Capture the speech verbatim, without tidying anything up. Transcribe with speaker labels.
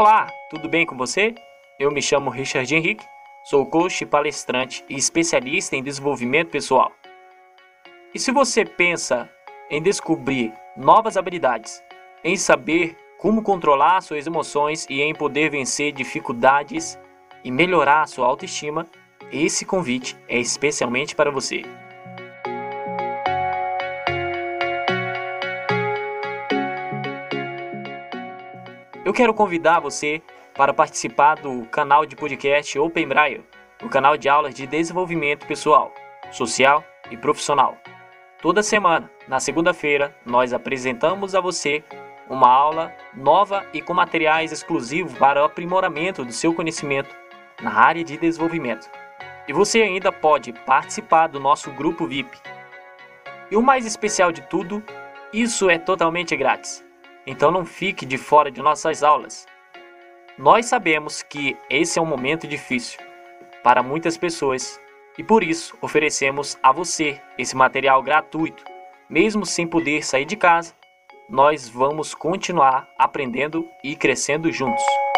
Speaker 1: Olá, tudo bem com você? Eu me chamo Richard Henrique, sou coach, palestrante e especialista em desenvolvimento pessoal. E se você pensa em descobrir novas habilidades, em saber como controlar suas emoções e em poder vencer dificuldades e melhorar sua autoestima, esse convite é especialmente para você. Eu quero convidar você para participar do canal de podcast Open Braille, o canal de aulas de desenvolvimento pessoal, social e profissional. Toda semana, na segunda-feira, nós apresentamos a você uma aula nova e com materiais exclusivos para o aprimoramento do seu conhecimento na área de desenvolvimento. E você ainda pode participar do nosso grupo V I P. E o mais especial de tudo, isso é totalmente grátis. Então não fique de fora de nossas aulas. Nós sabemos que esse é um momento difícil para muitas pessoas e por isso oferecemos a você esse material gratuito. Mesmo sem poder sair de casa, nós vamos continuar aprendendo e crescendo juntos.